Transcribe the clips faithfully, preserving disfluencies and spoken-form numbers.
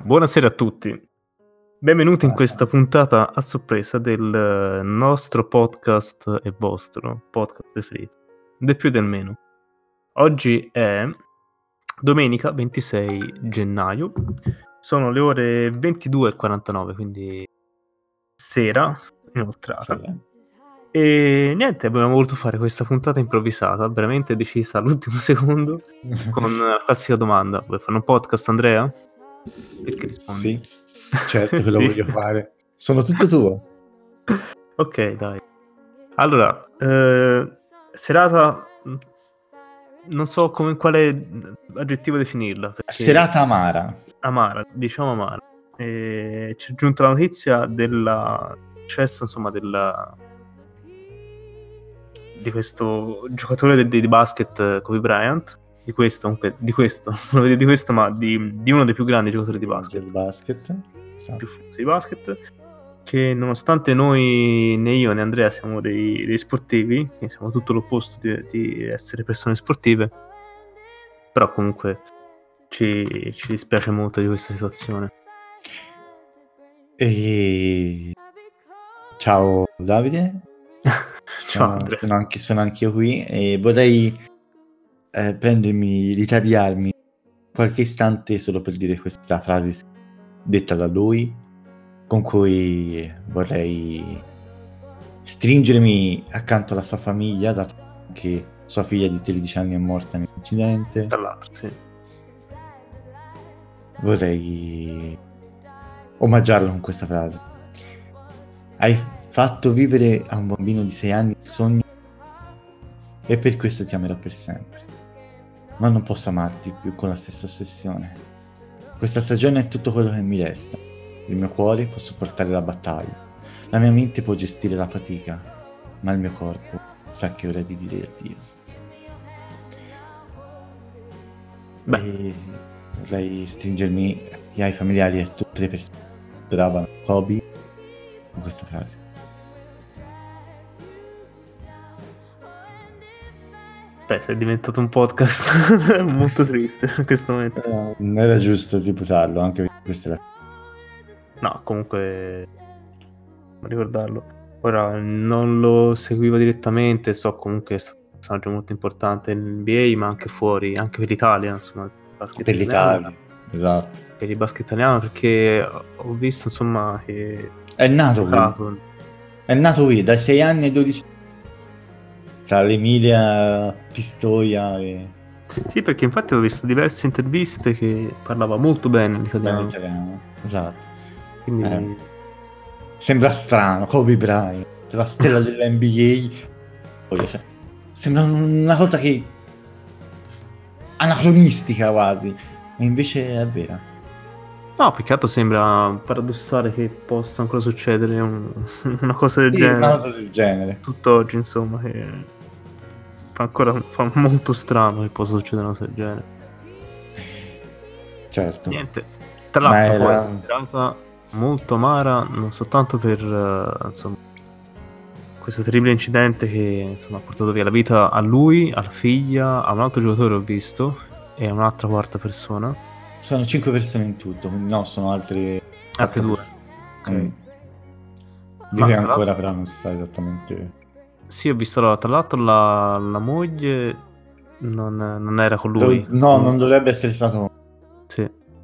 buonasera a tutti. Benvenuti in Buonasera. questa puntata a sorpresa del nostro podcast e vostro podcast preferito, del più e del meno. Oggi è domenica ventisei gennaio, sono le ore ventidue e quarantanove, quindi sera inoltrata. Sì. E niente, abbiamo voluto fare questa puntata improvvisata, veramente decisa all'ultimo secondo, con la classica domanda: vuoi fare un podcast, Andrea? Perché rispondi? Sì, certo che lo Sì. voglio fare. Sono tutto tuo. Ok, dai. Allora, eh, serata, mh, non so come quale mh, aggettivo definirla, perché Serata amara. amara, diciamo amara. E ci è giunta la notizia della decesso, insomma, della di questo giocatore di, di basket, Kobe Bryant. Di questo, comunque, di questo, non voglio dire di questo, ma di, di uno dei più grandi giocatori di basket, Del basket. più famosi di basket, che nonostante noi, né io né Andrea, siamo dei, dei sportivi, che siamo tutto l'opposto di, di essere persone sportive, però comunque ci, ci dispiace molto di questa situazione. E... Ciao Davide. Ciao Sono, Andrea. sono anche, sono anch'io qui e vorrei eh, prendermi, ritagliarmi qualche istante solo per dire questa frase detta da lui, con cui vorrei stringermi accanto alla sua famiglia, dato che sua figlia di tredici anni è morta nell'incidente. Tra l'altro, sì. Vorrei omaggiarlo con questa frase. Hai fatto vivere a un bambino di sei anni il sogno e per questo ti amerò per sempre. Ma non posso amarti più con la stessa ossessione. Questa stagione è tutto quello che mi resta. Il mio cuore può sopportare la battaglia. La mia mente può gestire la fatica, ma il mio corpo sa che è ora di dire addio. Beh. E vorrei stringermi ai familiari e a tutte le persone che adoravano Kobe con questa frase. Beh, sei diventato un podcast molto triste in questo momento. Eh, non era giusto tributarlo, anche perché questa è la... No, comunque ricordarlo. Ora non lo seguivo direttamente, so comunque è stato un personaggio molto importante in N B A, ma anche fuori, anche per l'Italia, insomma, il basket per italiano. l'Italia, esatto. Per il basket italiano, perché ho visto insomma che È nato qui. giocato. È nato qui dai sei anni ai dodici, tra l'Emilia, Pistoia e... Sì, perché infatti ho visto diverse interviste che parlava molto bene l'italiano. Bene, italiano. Esatto. Quindi Eh. Sembra strano, Kobe Bryant, la stella dell'N B A. Cioè, sembra una cosa che... anacronistica quasi, e invece è vera. no, più che altro sembra paradossale che possa ancora succedere un, una cosa del Sì, genere. una cosa del genere. Tutt'oggi, insomma, che fa ancora fa molto strano che possa succedere una cosa del genere. Certo. Niente. Tra l'altro Ma poi era... è stata molto amara, non soltanto per uh, insomma questo terribile incidente che insomma ha portato via la vita a lui, alla figlia, a un altro giocatore ho visto e a un'altra quarta persona. Sono cinque persone in tutto, quindi no, sono altre... Altre due. Ok. Mm. Di Ma cui tra ancora l'altro- però non si sa esattamente... Sì, ho visto la- tra l'altro la, la moglie non, non era con lui. Dov- no, non dovrebbe essere stato... Sì.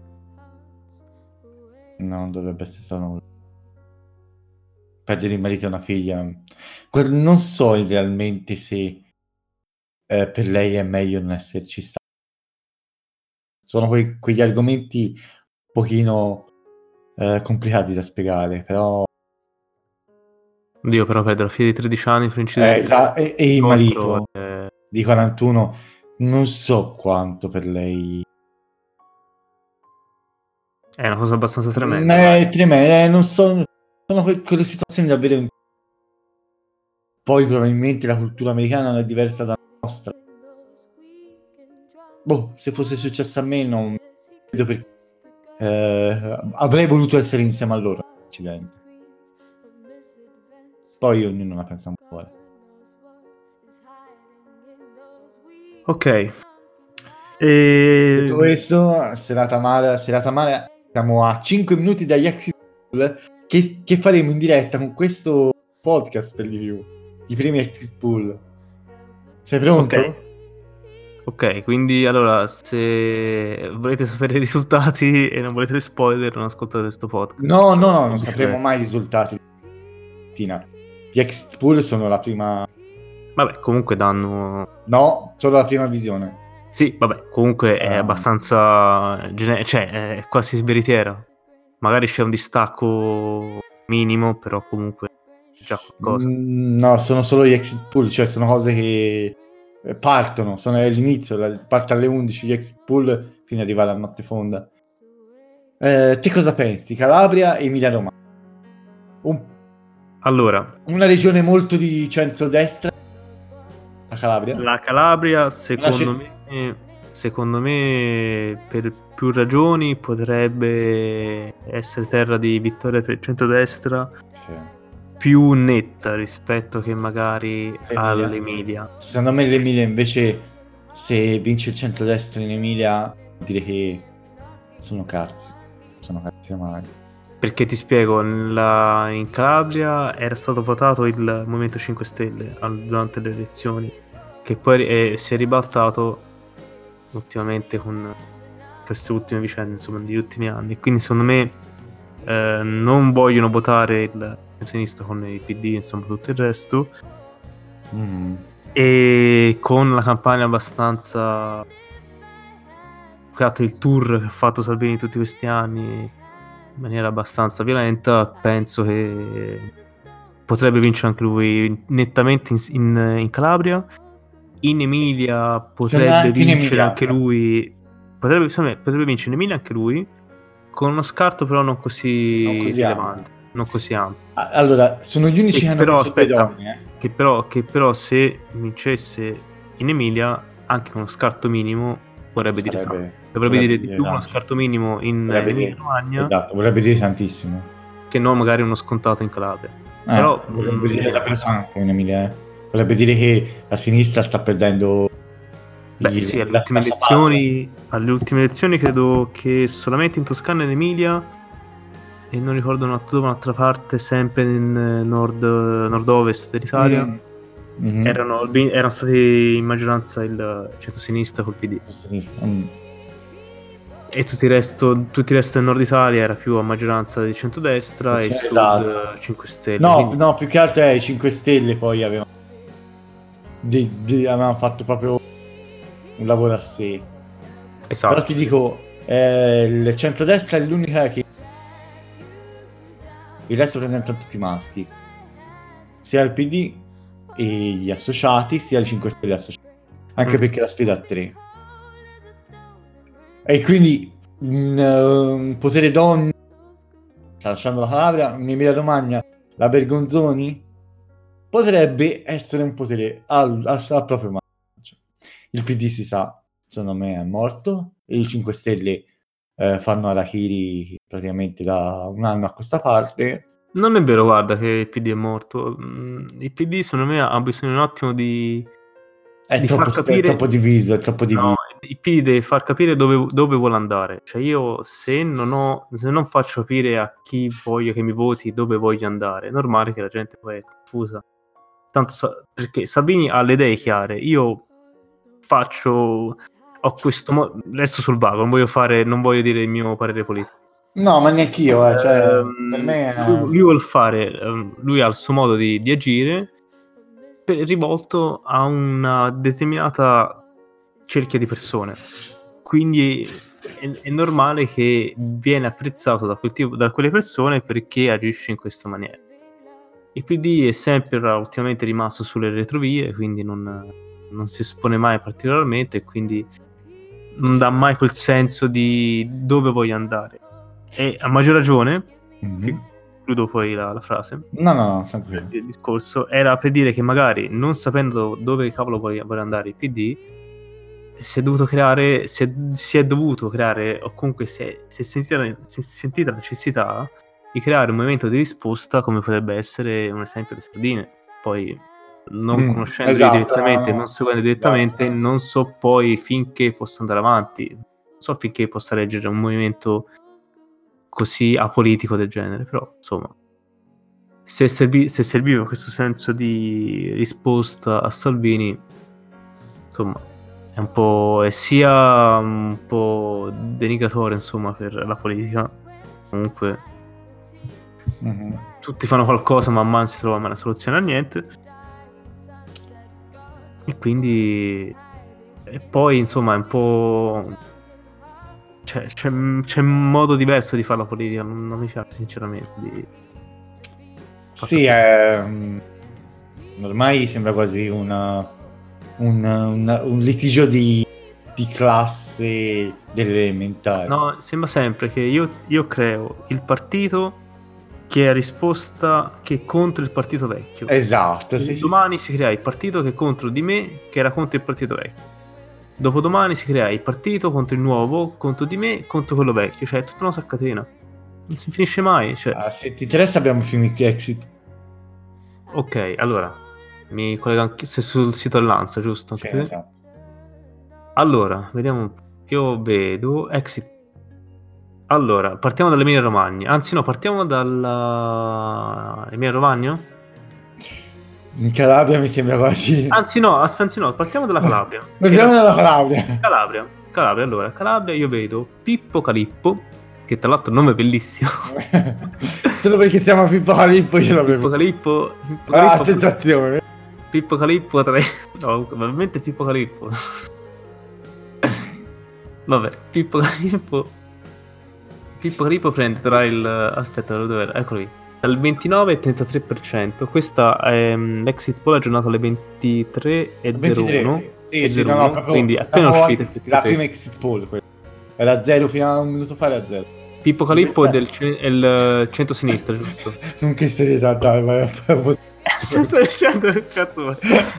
No, non dovrebbe essere stato... Perdere il marito e una figlia. Que- Non so realmente se eh, per lei è meglio non esserci stato. Sono quei- quegli argomenti un pochino eh, complicati da spiegare, però... Dio, però perdere la figlia di tredici anni per Eh, incidente esa- e, e il contro, marito eh, di quarantuno, non so quanto per lei... è una cosa abbastanza tremenda. Mm, dai. È tremendo, eh, non so... Sono que- quelle situazioni davvero... Poi probabilmente la cultura americana non è diversa dalla nostra. Boh, se fosse successo a me non vedo perché eh, avrei voluto essere insieme a loro nell'incidente. Poi ognuno la pensa un po'. eh. Ok. E... Detto questo, serata male, serata male Siamo a cinque minuti dagli exit poll che, che faremo in diretta con questo podcast per di più. I primi exit poll. Sei pronto? Ok. Ok, quindi allora se volete sapere i risultati e non volete spoiler, non ascoltate questo podcast. No, no, no, non sapremo mai i risultati. Gli exit poll sono la prima... Vabbè, comunque danno... No, solo la prima visione. Sì, vabbè, comunque è Um. abbastanza... gene- cioè, è quasi veritiera. Magari c'è un distacco minimo, però comunque già qualcosa. Mm, no, sono solo gli exit poll, cioè sono cose che partono, sono all'inizio, parte alle undici gli exit poll fino ad arrivare a notte fonda. Eh, te cosa pensi? Calabria e Emilia Romagna? Un... Allora, una regione molto di centrodestra, la Calabria. La Calabria, secondo c'è... me, secondo me, per più ragioni potrebbe essere terra di vittoria per il centrodestra, Sì. più netta rispetto che magari Emilia. all'Emilia. Secondo me l'Emilia invece, se vince il centrodestra in Emilia, vuol dire che sono cazzi, sono cazzi amari. Perché ti spiego, la, in Calabria era stato votato il Movimento cinque Stelle al, durante le elezioni, che poi è, si è ribaltato ultimamente con queste ultime vicende, insomma, negli ultimi anni. Quindi secondo me eh, non vogliono votare il sinistra con il P D, insomma, tutto il resto. Mm. E con la campagna abbastanza... il tour che ha fatto Salvini tutti questi anni in maniera abbastanza violenta, penso che potrebbe vincere anche lui nettamente in, in, in Calabria. In Emilia potrebbe anche vincere in Emilia. anche lui, potrebbe, insomma, potrebbe vincere in Emilia anche lui, con uno scarto però non così, non così rilevante, ampio. non così ampio. Allora, sono gli unici che, che hanno però, messo aspetta, donne, eh? che, però, che però se vincesse in Emilia anche con uno scarto minimo vorrebbe dire tanto. Dovrebbe, vorrebbe dire di più uno scarto minimo in Emilia Romagna, esatto, vorrebbe dire tantissimo, che non magari uno scontato in Calabria. Eh, però vorrebbe mh, dire la persona in Emilia, eh. Vorrebbe dire che la sinistra sta perdendo. Beh, sì, alle ultime elezioni, alle ultime elezioni credo che solamente in Toscana e in Emilia, e non ricordo una, dove un'altra parte, sempre in nord, nord-ovest dell'Italia, mm. Mm-hmm. erano, erano stati in maggioranza il centro-sinistra col P D. Mm. E tutto il resto, tutto il resto del nord Italia era più a maggioranza di centrodestra, sì, e sud esatto. cinque Stelle. No, quindi... no, più che altro è i cinque Stelle poi avevano, di, di, avevano fatto proprio un lavoro a sé. Esatto. Però ti dico, eh, il centrodestra è l'unica che il resto presentano tutti maschi, sia il P D e gli associati, sia i cinque Stelle associati, anche mm. perché la sfida a tre. E quindi un uh, potere donne, lasciando la Calabria, in Emilia Romagna, la Bergonzoni potrebbe essere un potere al, al, al proprio vantaggio. Il P D si sa, secondo me è morto, e i cinque Stelle eh, fanno Arachiri praticamente da un anno a questa parte. Non è vero, guarda, che il P D è morto. Il P D secondo me ha bisogno un attimo di, è di troppo, far capire... è troppo diviso, è troppo diviso. No, il P D deve far capire dove, dove vuole andare. Cioè io se non ho, se non faccio capire a chi voglio che mi voti dove voglio andare, è normale che la gente poi è confusa. Tanto perché Salvini ha le idee chiare. Io faccio ho questo mo- resto sul vago, non voglio fare, non voglio dire il mio parere politico. No, ma neanche io, eh, cioè, um, per me è... lui, lui vuol fare, um, lui ha il suo modo di, di agire per, rivolto a una determinata cerchia di persone, quindi è, è normale che viene apprezzato da, quel tipo, da quelle persone perché agisce in questa maniera. Il P D è sempre ultimamente rimasto sulle retrovie, quindi non, non si espone mai particolarmente e quindi non dà mai quel senso di dove voglio andare. E a maggior ragione, mm-hmm. chiudo poi la, la frase, no no no il, il discorso era per dire che magari non sapendo dove cavolo vuole, vuole andare il P D, si è dovuto creare si è, si è dovuto creare o comunque si è, si è sentita, si è sentita la necessità di creare un movimento di risposta come potrebbe essere un esempio le sardine. Poi non mm, conoscendoli esatto, direttamente, non seguendo direttamente, esatto. non so poi finché possa andare avanti, non so finché possa reggere un movimento così apolitico del genere, però insomma se, servi- se serviva questo senso di risposta a Salvini, insomma è un po' è sia un po' denigratorio insomma per la politica, comunque Mm-hmm. tutti fanno qualcosa ma mai si trova mai una soluzione a niente, e quindi e poi insomma è un po' C'è, c'è, c'è un modo diverso di fare la politica, non, non mi piace sinceramente. Di... Sì, è, um, ormai sembra quasi una, una, una, un litigio di, di classe delle elementari. No, sembra sempre che io, io creo il partito che è risposta che è contro il partito vecchio. Esatto. Sì, domani sì, si crea il partito che è contro di me, che era contro il partito vecchio. Dopodomani si crea il partito contro il nuovo, contro di me, contro quello vecchio. Cioè, è tutta una saccatena. Non si finisce mai. Cioè... Ah, se ti interessa abbiamo i film Exit. Ok, allora, mi collego anche se sul sito Lanza, giusto? Sì, Anche te? esatto. Allora, vediamo un po'. Io vedo Exit. Allora, partiamo dall'Emilia Romagna. Anzi no, partiamo dalla Emilia Romagna? In Calabria mi sembra quasi. Anzi no, anzi no, partiamo dalla Calabria. Partiamo dalla Calabria. Calabria. Calabria, allora, Calabria io vedo Pippo Calippo, che tra l'altro nome bellissimo. Solo perché siamo Pippo Calippo io l'avevo. Pippo Calippo, Pippo Ah, Calippo sensazione. Pippo Calippo tra... No, veramente Pippo Calippo. Vabbè, Pippo Calippo Pippo Calippo prende tra il... Aspetta, dove era? Eccolo lì. Dal ventinove al trentatré per cento. Questa è um, l'exit poll aggiornato alle ventitré e zero uno. Sì, sì, no, no, proprio, quindi appena uscita la prima exit poll quella. Era zero fino a un minuto fa, era zero. Pippo Calippo è del ce- è il centro-sinistra, giusto? Non che serietà, dai, vai. Cioè, sto dicendo che cazzo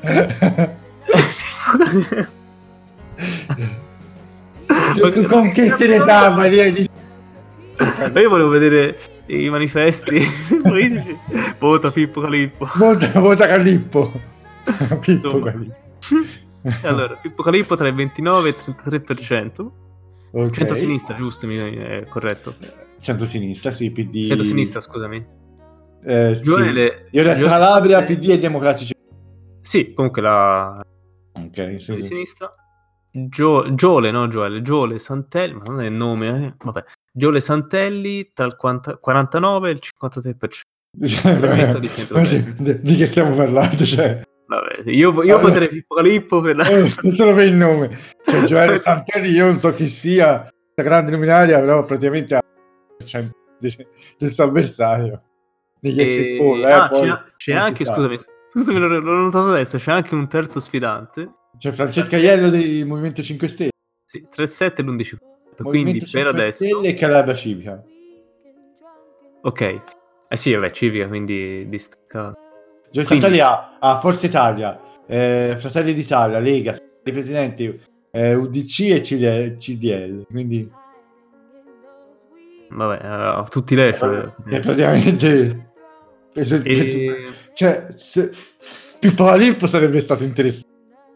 con, con che serietà, Maria? Io volevo vedere i manifesti politici. Vota Pippo Calippo. Vota, vota Calippo. Pippo Insomma. Calippo. Allora, Pippo Calippo tra il ventinove e il trentatré per cento. Okay. Centro-sinistra, giusto, mi è corretto. Centro-sinistra, sì, P D. Centro-sinistra, scusami. Eh, Gioele, sì. Io resto Calabria, P D e Democratici. Sì, comunque la... Ok, sì, di sì. sinistra. Gio... Giole, no Gioele, Giole Santelli, ma non è il nome, eh? Vabbè. Giole Santelli tra il quarantanove e il cinquantatré per cento. Di, di, di che stiamo parlando? Cioè... Vabbè, io, io allora, potrei Pippo Calippo per la... eh, solo per il nome. Cioè, Gioele Santelli, io non so chi sia, la grande luminaria, però praticamente ha il cento per cento del suo avversario. Negli e... exit poll, eh, ah, poi, c'è, c'è anche, scusami, scusami, l'ho, l'ho notato adesso, c'è anche un terzo sfidante. C'è Francesca Iello del Movimento cinque Stelle. Sì, tre virgola sette e l'undici per cento. Movimento Quindi per adesso... Stelle e Calabria Civica. Ok. Eh sì, vabbè, Civica, quindi distaccato. Giorgio Santelli ha, ha Forza Italia, eh, Fratelli d'Italia, Lega, i presidenti eh, U D C e C D L, quindi vabbè, uh, tutti lei, cioè, è praticamente e... cioè se... Pippo Calippo sarebbe stato interessante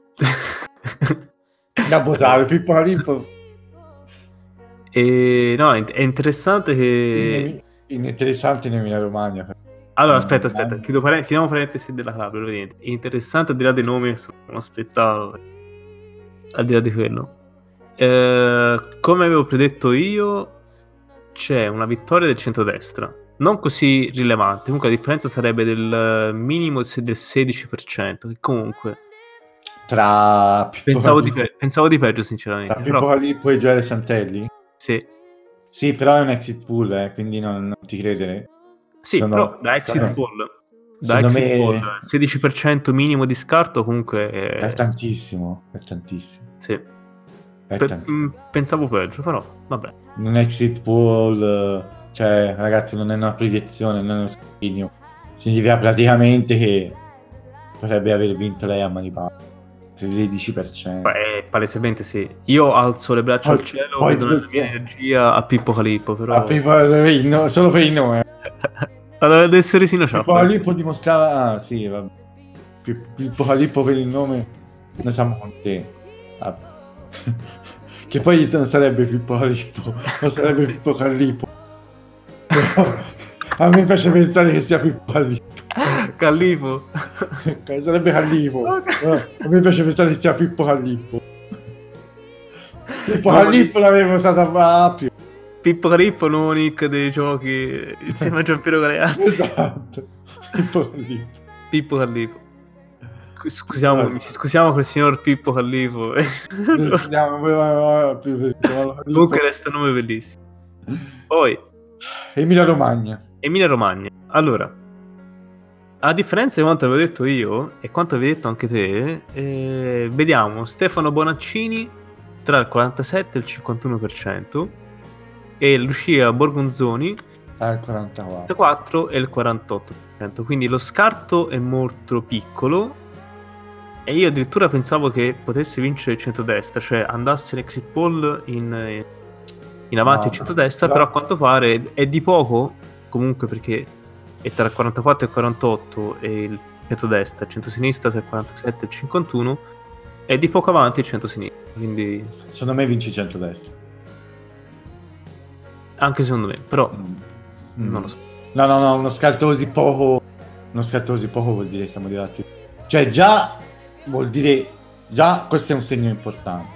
da votare. Pippo Calippo e no, è interessante che in, interessante in Emilia Romagna. Allora, aspetta, aspetta, chiudo pare... chiudiamo parentesi della Calabria. È interessante, al di là dei nomi, non aspettavo, al di là di quello. Eh, come avevo predetto io, c'è una vittoria del centrodestra, non così rilevante. Comunque la differenza sarebbe del minimo del sedici per cento, che comunque... Tra pensavo di, pe... pensavo di peggio, sinceramente. Tra Pippo Calippo però... e Gioele Santelli? Sì. Sì, però è un exit poll, eh, quindi non, non ti credere. Sì, sono, però da exit sono, poll, da exit me... poll sedici per cento minimo di scarto comunque è, è tantissimo, è tantissimo. Sì. È Pe- tantissimo. Pensavo peggio, però vabbè. Un exit poll, cioè ragazzi, non è una proiezione, non è uno scrutinio. Significa praticamente che potrebbe aver vinto lei a mani pari. sedici per cento. Beh, palesemente sì. Io alzo le braccia poi, al cielo, vedo la mia energia a Pippo Calippo, però... A Pippo, no, solo per il nome. Ad essere sino a Pippo Calippo dimostrava... Ah, sì, vabbè. Pippo Calippo per il nome, noi siamo con te. Ah. Che poi non sarebbe Pippo Calippo, ma sarebbe Pippo Calippo. A me piace pensare che sia Pippo Callippo. Callippo. Sarebbe Callippo. No, a me piace pensare che sia Pippo Callippo. Pippo Callippo l'avevo usato a più. Pippo Callippo, nuovo nick dei giochi insieme a Giampiero Galeazzi. Esatto. Pippo Callippo. Pippo Callippo. Scusiamo, ci scusiamo con il signor Pippo Callippo. Comunque resta un nome bellissimo. Poi Emilia Romagna. Emilia Romagna. Allora, a differenza di quanto avevo detto io e quanto avevi detto anche te, eh, vediamo Stefano Bonaccini tra il quarantasette e il cinquantuno per cento e Lucia Borgonzoni al ah, quarantaquattro. quarantaquattro e il quarantotto per cento. Quindi lo scarto è molto piccolo e io addirittura pensavo che potesse vincere il centrodestra, cioè andasse l'exit poll in, in avanti no, il centrodestra, no. Però a quanto pare è di poco comunque, perché è tra il quarantaquattro e il quarantotto e il centrodestra, il centrosinistra tra il quarantasette e il cinquantuno è di poco avanti il centrosinistra, quindi secondo me vince il centrodestra. Anche secondo me, però mm. non lo so. No, no, no, uno scarto così poco, uno scarto così poco vuol dire che siamo arrivati. Cioè già vuol dire, già questo è un segno importante.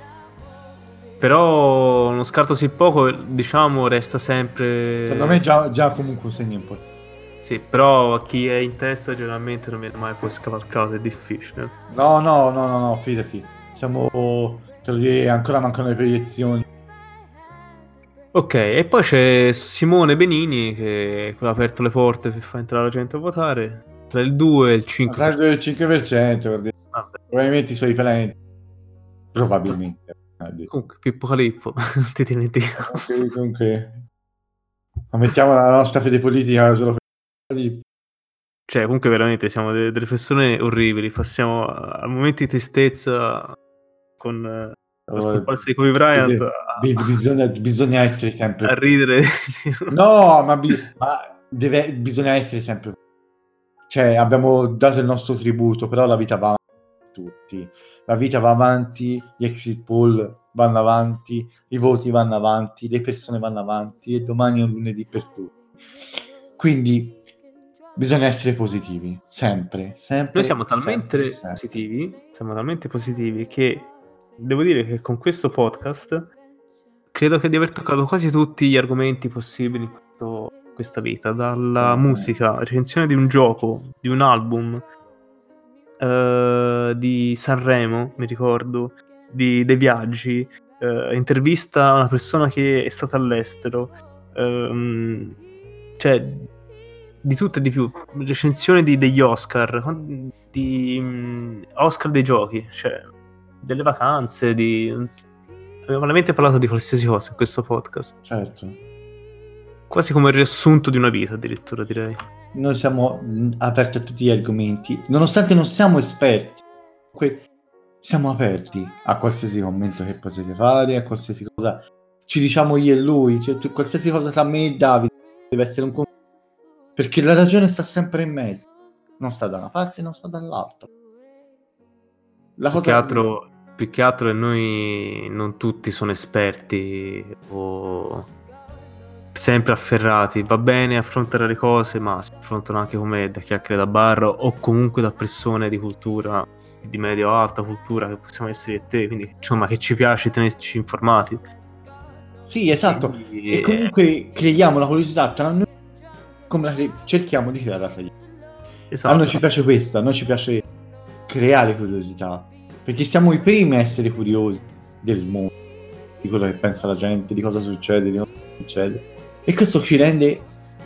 Però uno scarto così poco, diciamo, resta sempre... Secondo me già, già comunque un segno importante. Sì, però chi è in testa generalmente non viene mai poi scavalcato, è difficile. No, no, no, no, no, fidati. Siamo, te lo direi, ancora mancano le proiezioni. Ok, e poi c'è Simone Benini che ha aperto le porte per far entrare la gente a votare. Tra il due e il cinque per cento. Tra il cinque per cento, probabilmente sono i talenti. Probabilmente. Comunque, Pippo Callippo, non ti dimentichi. Comunque, comunque, mettiamo la nostra fede politica solo per Callippo. Cioè, comunque veramente siamo de- delle persone orribili. Passiamo a, a momenti di tristezza con uh, la scomparsa di Kobe Bryant. A, bisogna, bisogna essere sempre a ridere. No, ma, bi- ma deve, bisogna essere sempre. Cioè, abbiamo dato il nostro tributo, però la vita va avanti per tutti. La vita va avanti, gli exit poll vanno avanti, i voti vanno avanti, le persone vanno avanti e domani è un lunedì per tutti. Quindi bisogna essere positivi, sempre, sempre. Noi siamo talmente sempre, positivi, sempre. siamo talmente positivi che devo dire che con questo podcast credo che di aver toccato quasi tutti gli argomenti possibili in questo, questa vita, dalla oh, musica, recensione di un gioco, di un album, uh, di Sanremo, mi ricordo, di, dei viaggi, uh, intervista a una persona che è stata all'estero, um, cioè di tutto e di più, recensione di, degli Oscar, di um, Oscar dei giochi, cioè delle vacanze, di... abbiamo veramente parlato di qualsiasi cosa in questo podcast. Certo. Quasi come il riassunto di una vita, addirittura, direi. Noi siamo aperti a tutti gli argomenti, nonostante non siamo esperti, que- siamo aperti a qualsiasi commento che potete fare, a qualsiasi cosa ci diciamo io e lui, cioè qualsiasi cosa tra me e Davide deve essere un commento, perché la ragione sta sempre in mezzo, non sta da una parte, non sta dall'altra. La più, cosa... che altro, più che altro è noi non tutti sono esperti o sempre afferrati, va bene affrontare le cose, ma si affrontano anche come da chiacchiere da bar o comunque da persone di cultura di medio alta cultura, che possiamo essere io e te, quindi insomma che ci piace tenerci informati. Sì, esatto. Quindi... e comunque creiamo la curiosità tra noi, come la cre... cerchiamo di creare la curiosità. Esatto. A noi ci piace questo, a noi ci piace creare curiosità, perché siamo i primi a essere curiosi del mondo, di quello che pensa la gente, di cosa succede, di cosa succede, e questo ci rende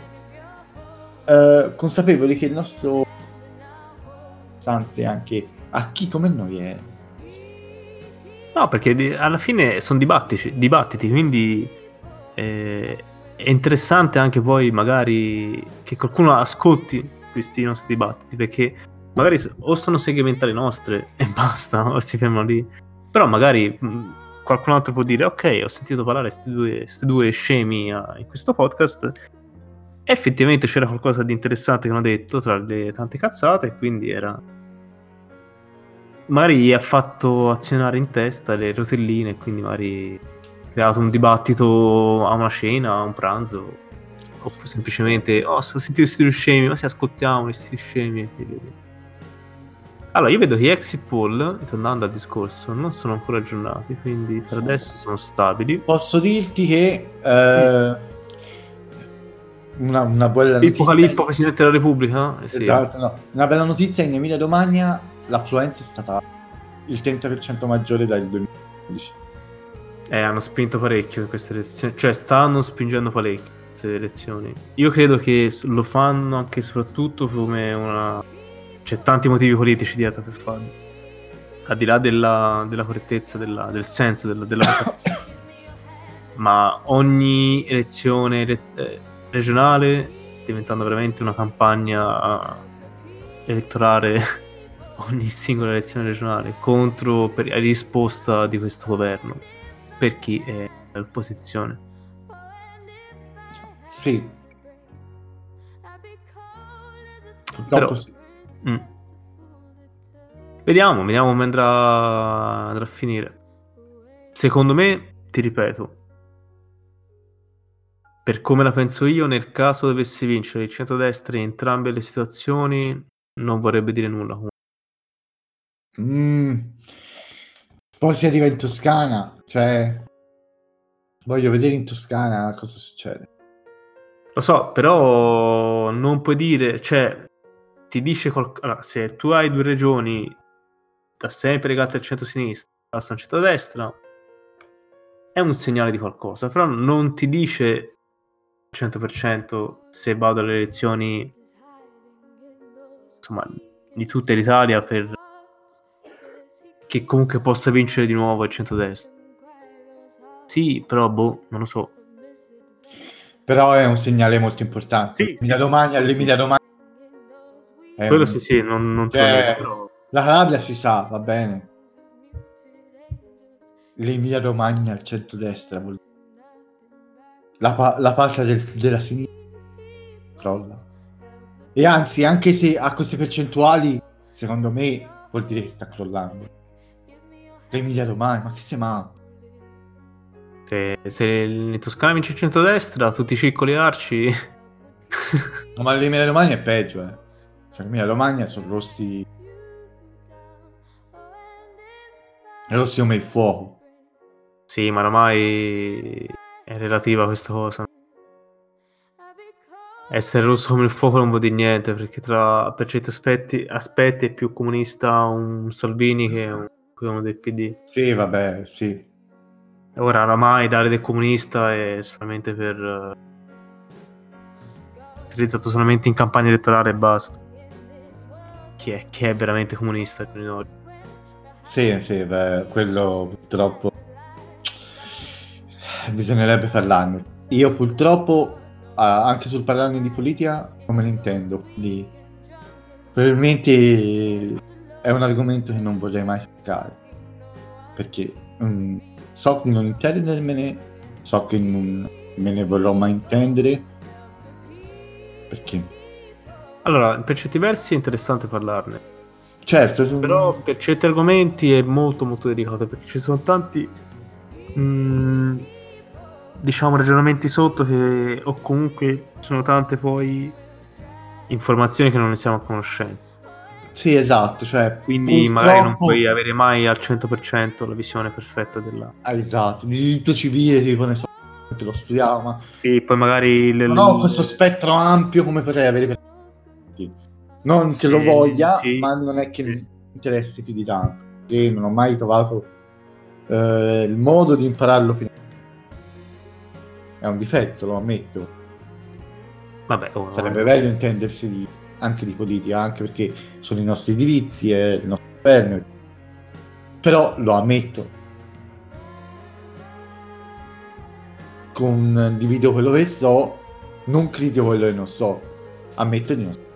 uh, consapevoli che il nostro interessante anche a chi come noi è. No, perché di, alla fine sono dibattiti, dibattiti, quindi eh, è interessante anche poi magari che qualcuno ascolti questi nostri dibattiti, perché magari o sono segmentali nostre e basta, o si fermano lì, però magari mh, qualcun altro può dire ok, ho sentito parlare questi due, questi due scemi uh, in questo podcast, effettivamente c'era qualcosa di interessante che hanno detto tra le tante cazzate, e quindi era magari gli ha fatto azionare in testa le rotelline, quindi magari creato un dibattito a una cena, a un pranzo, oppure semplicemente oh, sono sentito questi scemi, ma se ascoltiamo questi scemi. Allora, io vedo che gli exit poll, tornando al discorso, non sono ancora aggiornati, quindi per adesso sono stabili. Posso dirti che eh, una, una bella Pippo notizia... Calippo, Presidente della Repubblica? Eh, sì. Esatto, no. Una bella notizia: in Emilia Romagna l'affluenza è stata il trenta per cento maggiore dal duemilaundici. Eh, hanno spinto parecchio in queste elezioni, cioè stanno spingendo parecchio queste elezioni. Io credo che lo fanno anche e soprattutto come una... c'è tanti motivi politici dietro per farlo, al di là della, della correttezza, della, del senso della, della... ma ogni elezione re- eh, regionale diventando veramente una campagna elettorale ogni singola elezione regionale contro per la risposta di questo governo per chi è all'opposizione. Sì. Però, Dopo sì. mm. Vediamo, vediamo come andrà, andrà a finire. Secondo me, ti ripeto, per come la penso io, nel caso dovesse vincere il centrodestra in entrambe le situazioni, non vorrebbe dire nulla. Mm. Poi si arriva in Toscana, cioè voglio vedere in Toscana cosa succede. Lo so, però non puoi dire, cioè, ti dice qualcosa. Allora, se tu hai due regioni da sempre legate al centro-sinistra, al centro-destra, è un segnale di qualcosa, però non ti dice al cento per cento se vado alle elezioni, insomma, di tutta l'Italia per che comunque possa vincere di nuovo il centrodestra. Sì, però boh, non lo so. Però è un segnale molto importante. Sì, L'Emilia sì, Romagna, sì, l'Emilia sì. Romagna è Quello un... sì, sì, non, non te lo cioè, nego, però... la Calabria si sa, va bene. L'Emilia Romagna al centrodestra vuol... la, pa- la patria del- della sinistra crolla. E anzi, anche se a queste percentuali, secondo me vuol dire che sta crollando. L'Emilia Romagna, ma che se ma... Se, se in Toscana vince il centrodestra, tutti i circoli arci... No, ma l'Emilia Romagna è peggio, eh. Cioè, l'Emilia Romagna sono rossi... rossi come il fuoco. Sì, ma ormai è relativa questa cosa. Essere rosso come il fuoco non vuol dire niente, perché tra per certi aspetti, aspetti è più comunista un Salvini che un, che uno del P D. Sì, vabbè, sì. Ora oramai dare del comunista è solamente per uh, utilizzato solamente in campagna elettorale e basta. Chi è, chi è veramente comunista? Sì, sì, beh, quello purtroppo bisognerebbe parlarne. Io purtroppo ah, anche sul parlarne di politica non me ne intendo, quindi probabilmente è un argomento che non vorrei mai toccare, perché um, so di non intendermene, so che non me ne vorrò mai intendere, perché allora, per certi versi è interessante parlarne. certo, però per certi argomenti è molto molto delicato, perché ci sono tanti mh, diciamo ragionamenti sotto che o comunque sono tante poi informazioni che non ne siamo a conoscenza. Sì, esatto, cioè quindi purtroppo... magari non puoi avere mai al cento per cento la visione perfetta della... Ah, esatto, di diritto civile tipo ne so, che lo studiamo, ma sì, poi magari le, non ho questo spettro ampio come potrei avere per... non che lo voglia, sì, ma non è che sì. mi interessi più di tanto, che non ho mai trovato eh, il modo di impararlo fino a... è un difetto, lo ammetto. Vabbè, oh, sarebbe no, bello intendersi di, anche di politica, anche perché sono i nostri diritti e il nostro governo, però lo ammetto, con divido quello che so, non critico quello che non so, ammetto di non so.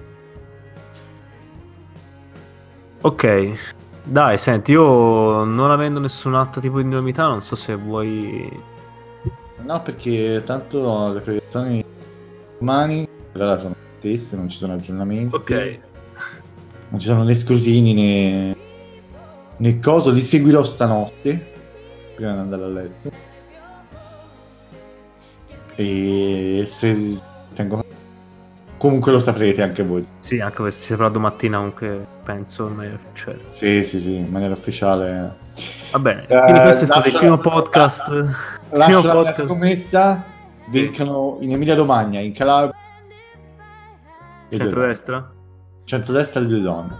ok, dai, senti, io non avendo nessun altro tipo di novità, non so se vuoi... No, perché tanto le proiezioni domani per ora sono le stesse, non ci sono aggiornamenti, ok, non ci sono né scrutini né, né coso, li seguirò stanotte prima di andare a letto. E se tengo... Comunque lo saprete anche voi. Sì, anche questo si saprà domattina, comunque penso, in maniera più certa. Sì, sì, sì, in maniera ufficiale. Va bene, Eh, quindi questo è stato il lascio primo la- podcast. Lascio primo la mia podcast. scommessa. Sì. Vincono in Emilia Romagna, in Calabria. le due donne. Centrodestra? Centrodestra le due donne.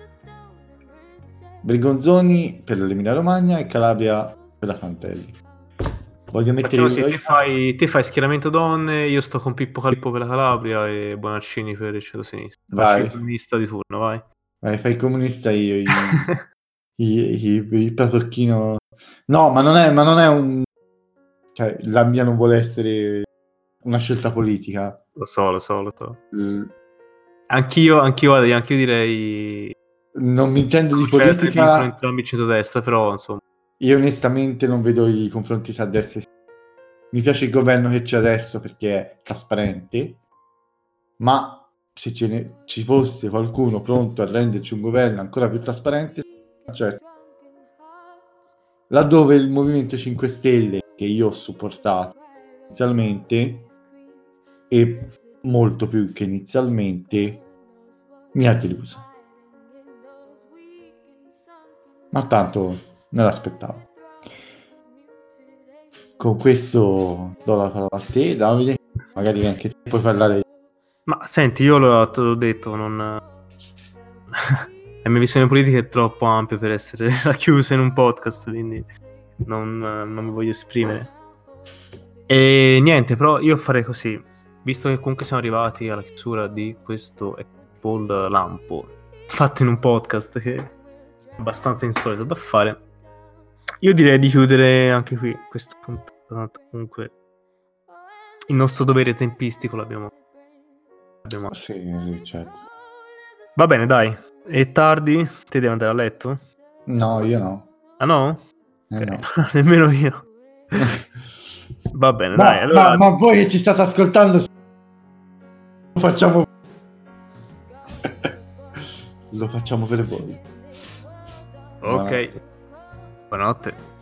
Bergonzoni per l'Emilia Romagna e Calabria per la Fantelli. Voglio mettere Facciamo così, io- te fai, te fai schieramento donne, io sto con Pippo Calippo per la Calabria e Bonaccini per il centro-sinistra. Faccio Vai. il comunista di turno, vai. Vai, fai il comunista io. I, i, i- il pasocchino. No, ma non è, ma non è un... Cioè, la mia non vuole essere una scelta politica. Lo so, lo so, lo so. L- Anch'io, anch'io, guarda, anch'io direi... Non mi intendo di Scelte vincono politica. entrambi il centrodestra, però insomma... Io onestamente non vedo i confronti tra destra e sinistra. Mi piace il governo che c'è adesso perché è trasparente, ma se ce ne, ci fosse qualcuno pronto a renderci un governo ancora più trasparente, certo. Laddove il Movimento cinque Stelle, che io ho supportato inizialmente, e molto più che inizialmente, mi ha deluso. Ma tanto me l'aspettavo. Con questo do la parola a te, Davide. Magari anche te puoi parlare. Ma senti, io l'ho, te l'ho detto, non... La mia visione politica è troppo ampia per essere racchiusa in un podcast, quindi non, non mi voglio esprimere. E niente, però io farei così. Visto che comunque siamo arrivati alla chiusura di questo Apple Lampo, fatto in un podcast che è abbastanza insolito da fare, io direi di chiudere anche qui questa puntata. Comunque il nostro dovere tempistico l'abbiamo, l'abbiamo... Sì, sì, certo. Va bene, dai. È tardi? Te devi andare a letto? No, io no. Ah no? Eh, Ok, no. nemmeno io. Va bene, Ma, dai. Allora... ma, ma voi che ci state ascoltando, lo facciamo lo facciamo per voi. Ok. Buonanotte.